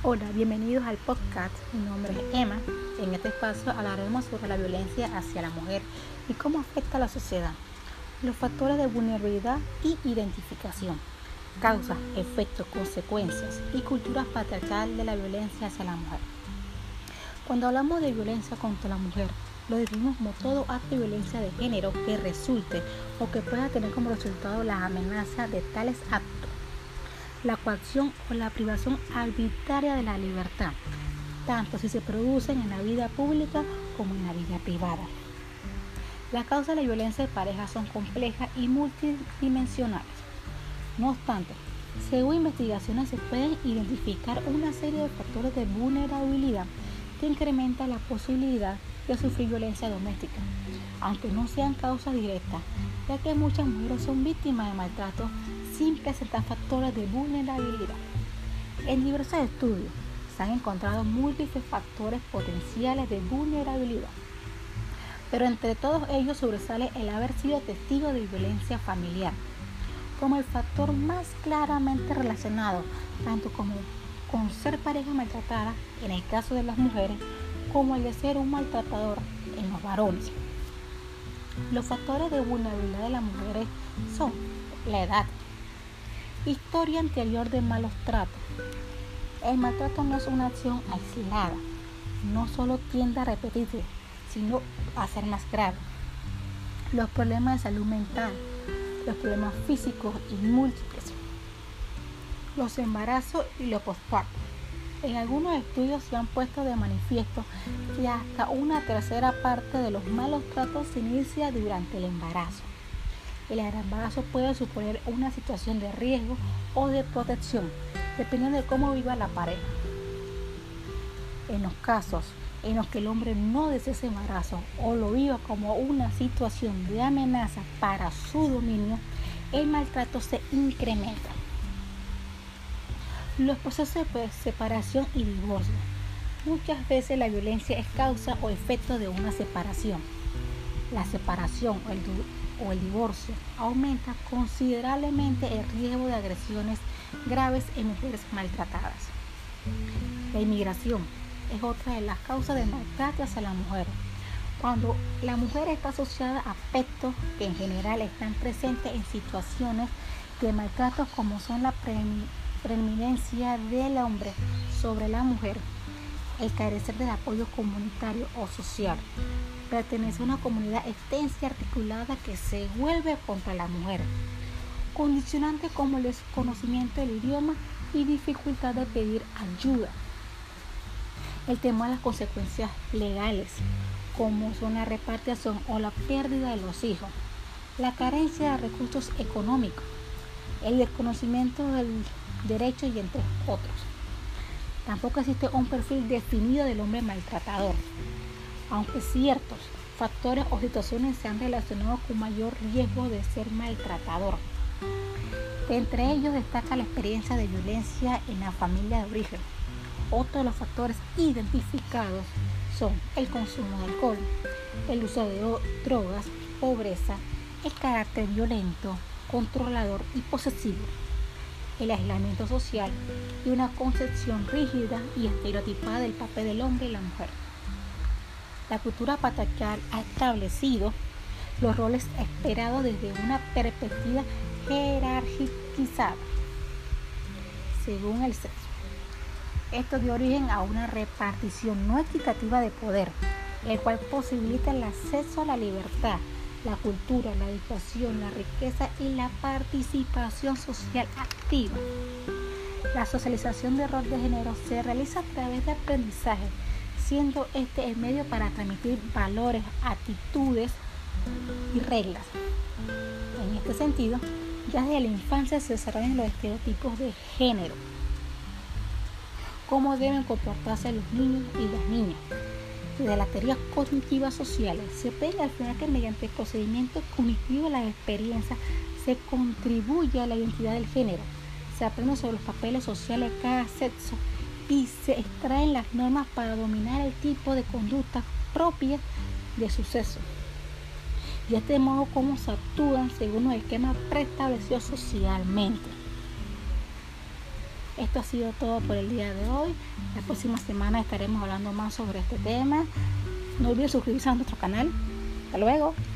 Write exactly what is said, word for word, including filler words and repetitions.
Hola, bienvenidos al podcast. Mi nombre es Emma. En este espacio hablaremos sobre la violencia hacia la mujer y cómo afecta a la sociedad, los factores de vulnerabilidad y identificación, causas, efectos, consecuencias y cultura patriarcal de la violencia hacia la mujer. Cuando hablamos de violencia contra la mujer, lo definimos como todo acto de violencia de género que resulte o que pueda tener como resultado la amenaza de tales actos, la coacción o la privación arbitraria de la libertad, tanto si se producen en la vida pública como en la vida privada. Las causas de la violencia de pareja son complejas y multidimensionales. No obstante, según investigaciones se pueden identificar una serie de factores de vulnerabilidad que incrementan la posibilidad de sufrir violencia doméstica, aunque no sean causas directas, ya que muchas mujeres son víctimas de maltrato sin presentar factores de vulnerabilidad. En diversos estudios se han encontrado múltiples factores potenciales de vulnerabilidad, pero entre todos ellos sobresale el haber sido testigo de violencia familiar, como el factor más claramente relacionado tanto como con ser pareja maltratada en el caso de las mujeres, como el de ser un maltratador en los varones. Los factores de vulnerabilidad de las mujeres son la edad, historia anterior de malos tratos. El maltrato no es una acción aislada, no solo tiende a repetirse, sino a ser más grave. Los problemas de salud mental, los problemas físicos y múltiples, los embarazos y los postpartos. En algunos estudios se han puesto de manifiesto que hasta una tercera parte de los malos tratos se inicia durante el embarazo. El embarazo puede suponer una situación de riesgo o de protección, dependiendo de cómo viva la pareja. En los casos en los que el hombre no desea ese embarazo o lo viva como una situación de amenaza para su dominio, el maltrato se incrementa. Los procesos de separación y divorcio. Muchas veces la violencia es causa o efecto de una separación. La separación o el, o el divorcio aumenta considerablemente el riesgo de agresiones graves en mujeres maltratadas. La inmigración es otra de las causas de maltrato hacia la mujer. Cuando la mujer está asociada a aspectos que en general están presentes en situaciones de maltrato como son la preeminencia preeminencia del hombre sobre la mujer, el carecer del apoyo comunitario o social, pertenece a una comunidad extensa y articulada que se vuelve contra la mujer, condicionantes como el desconocimiento del idioma y dificultad de pedir ayuda, el temor a las consecuencias legales, como son la repatriación o la pérdida de los hijos, la carencia de recursos económicos, el desconocimiento del derecho y entre otros. Tampoco existe un perfil definido del hombre maltratador, aunque ciertos factores o situaciones se han relacionado con mayor riesgo de ser maltratador. Entre ellos destaca la experiencia de violencia en la familia de origen. Otros de los factores identificados son el consumo de alcohol, el uso de drogas, pobreza, el carácter violento, controlador y posesivo, el aislamiento social y una concepción rígida y estereotipada del papel del hombre y la mujer. La cultura patriarcal ha establecido los roles esperados desde una perspectiva jerarquizada según el sexo. Esto dio origen a una repartición no equitativa de poder, el cual posibilita el acceso a la libertad, la cultura, la educación, la riqueza y la participación social activa. La socialización de rol de género se realiza a través de aprendizaje, siendo este el medio para transmitir valores, actitudes y reglas. En este sentido, ya desde la infancia se desarrollan los estereotipos de género, cómo deben comportarse los niños y las niñas. De las teorías cognitivas sociales se puede afirmar que mediante procedimientos cognitivos de la experiencia se contribuye a la identidad del género, se aprende sobre los papeles sociales de cada sexo y se extraen las normas para dominar el tipo de conducta propia de su sexo. Y de este modo cómo se actúan según los esquemas preestablecidos socialmente. Esto ha sido todo por el día de hoy. La próxima semana estaremos hablando más sobre este tema. No olviden suscribirse a nuestro canal. Hasta luego.